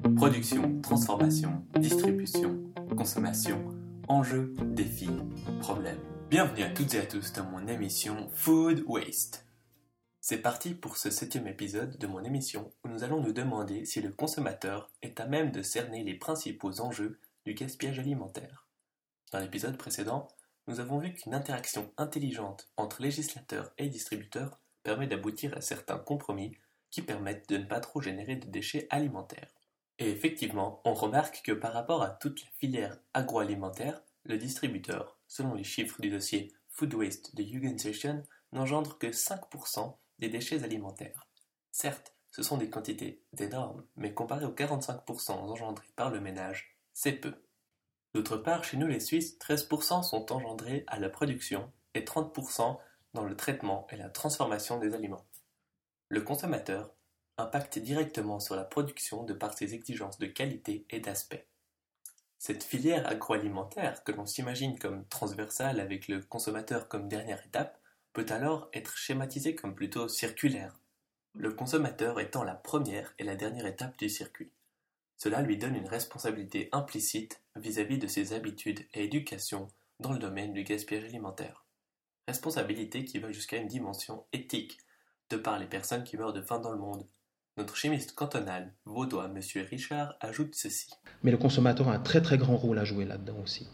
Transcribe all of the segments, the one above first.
Production, transformation, distribution, consommation, enjeux, défis, problèmes. Bienvenue à toutes et à tous dans mon émission Food Waste. C'est parti pour ce 7e épisode de mon émission où nous allons nous demander si le consommateur est à même de cerner les principaux enjeux du gaspillage alimentaire. Dans l'épisode précédent, nous avons vu qu'une interaction intelligente entre législateurs et distributeurs permet d'aboutir à certains compromis qui permettent de ne pas trop générer de déchets alimentaires. Et effectivement, on remarque que par rapport à toute la filière agroalimentaire, le distributeur, selon les chiffres du dossier Food Waste de Hugen n'engendre que 5% des déchets alimentaires. Certes, ce sont des quantités énormes, mais comparé aux 45% engendrés par le ménage, c'est peu. D'autre part, chez nous les Suisses, 13% sont engendrés à la production et 30% dans le traitement et la transformation des aliments. Le consommateur impacte directement sur la production de par ses exigences de qualité et d'aspect. Cette filière agroalimentaire, que l'on s'imagine comme transversale avec le consommateur comme dernière étape, peut alors être schématisée comme plutôt circulaire, le consommateur étant la première et la dernière étape du circuit. Cela lui donne une responsabilité implicite vis-à-vis de ses habitudes et éducation dans le domaine du gaspillage alimentaire. Responsabilité qui va jusqu'à une dimension éthique, de par les personnes qui meurent de faim dans le monde. Notre chimiste cantonal vaudois, M. Richard, ajoute ceci. Mais le consommateur a un très très grand rôle à jouer là-dedans aussi,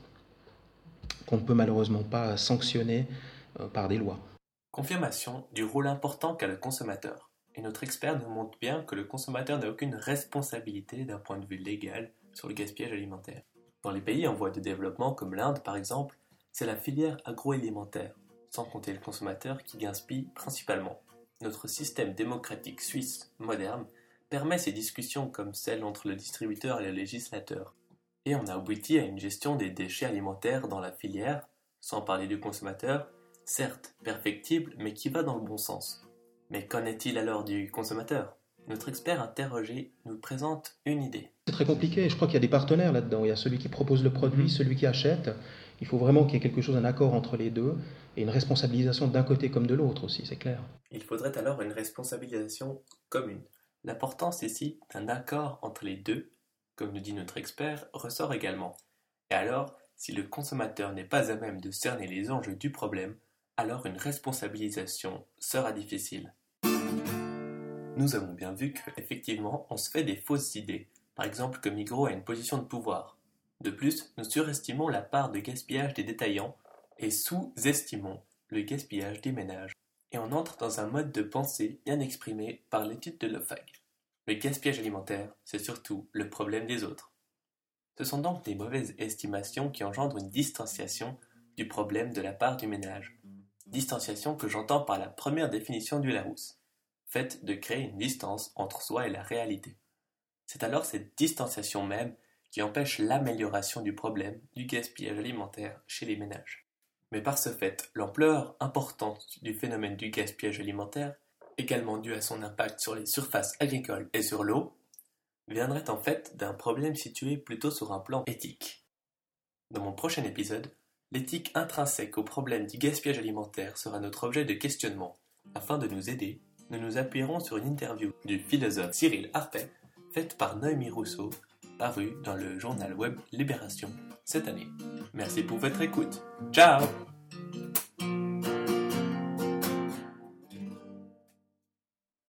qu'on ne peut malheureusement pas sanctionner par des lois. Confirmation du rôle important qu'a le consommateur. Et notre expert nous montre bien que le consommateur n'a aucune responsabilité d'un point de vue légal sur le gaspillage alimentaire. Dans les pays en voie de développement comme l'Inde par exemple, c'est la filière agroalimentaire, sans compter le consommateur qui gaspille principalement. Notre système démocratique suisse moderne permet ces discussions comme celle entre le distributeur et le législateur. Et on a abouti à une gestion des déchets alimentaires dans la filière, sans parler du consommateur, certes perfectible mais qui va dans le bon sens. Mais qu'en est-il alors du consommateur ? Notre expert interrogé nous présente une idée. C'est très compliqué, je crois qu'il y a des partenaires là-dedans. Il y a celui qui propose le produit, celui qui achète. Il faut vraiment qu'il y ait quelque chose, un accord entre les deux, et une responsabilisation d'un côté comme de l'autre aussi, c'est clair. Il faudrait alors une responsabilisation commune. L'importance ici d'un accord entre les deux, comme nous dit notre expert, ressort également. Et alors, si le consommateur n'est pas à même de cerner les enjeux du problème, alors une responsabilisation sera difficile. Nous avons bien vu qu'effectivement, on se fait des fausses idées, par exemple que Migros a une position de pouvoir. De plus, nous surestimons la part de gaspillage des détaillants et sous-estimons le gaspillage des ménages. Et on entre dans un mode de pensée bien exprimé par l'étude de l'OFAG. Le gaspillage alimentaire, c'est surtout le problème des autres. Ce sont donc des mauvaises estimations qui engendrent une distanciation du problème de la part du ménage. Distanciation que j'entends par la première définition du Larousse, faite de créer une distance entre soi et la réalité. C'est alors cette distanciation même qui empêche l'amélioration du problème du gaspillage alimentaire chez les ménages. Mais par ce fait, l'ampleur importante du phénomène du gaspillage alimentaire, également due à son impact sur les surfaces agricoles et sur l'eau, viendrait en fait d'un problème situé plutôt sur un plan éthique. Dans mon prochain épisode, l'éthique intrinsèque au problème du gaspillage alimentaire sera notre objet de questionnement. Afin de nous aider, nous nous appuierons sur une interview du philosophe Cyril Harpet, faite par Noémie Rousseau, parue dans le journal web Libération cette année. Merci pour votre écoute. Ciao!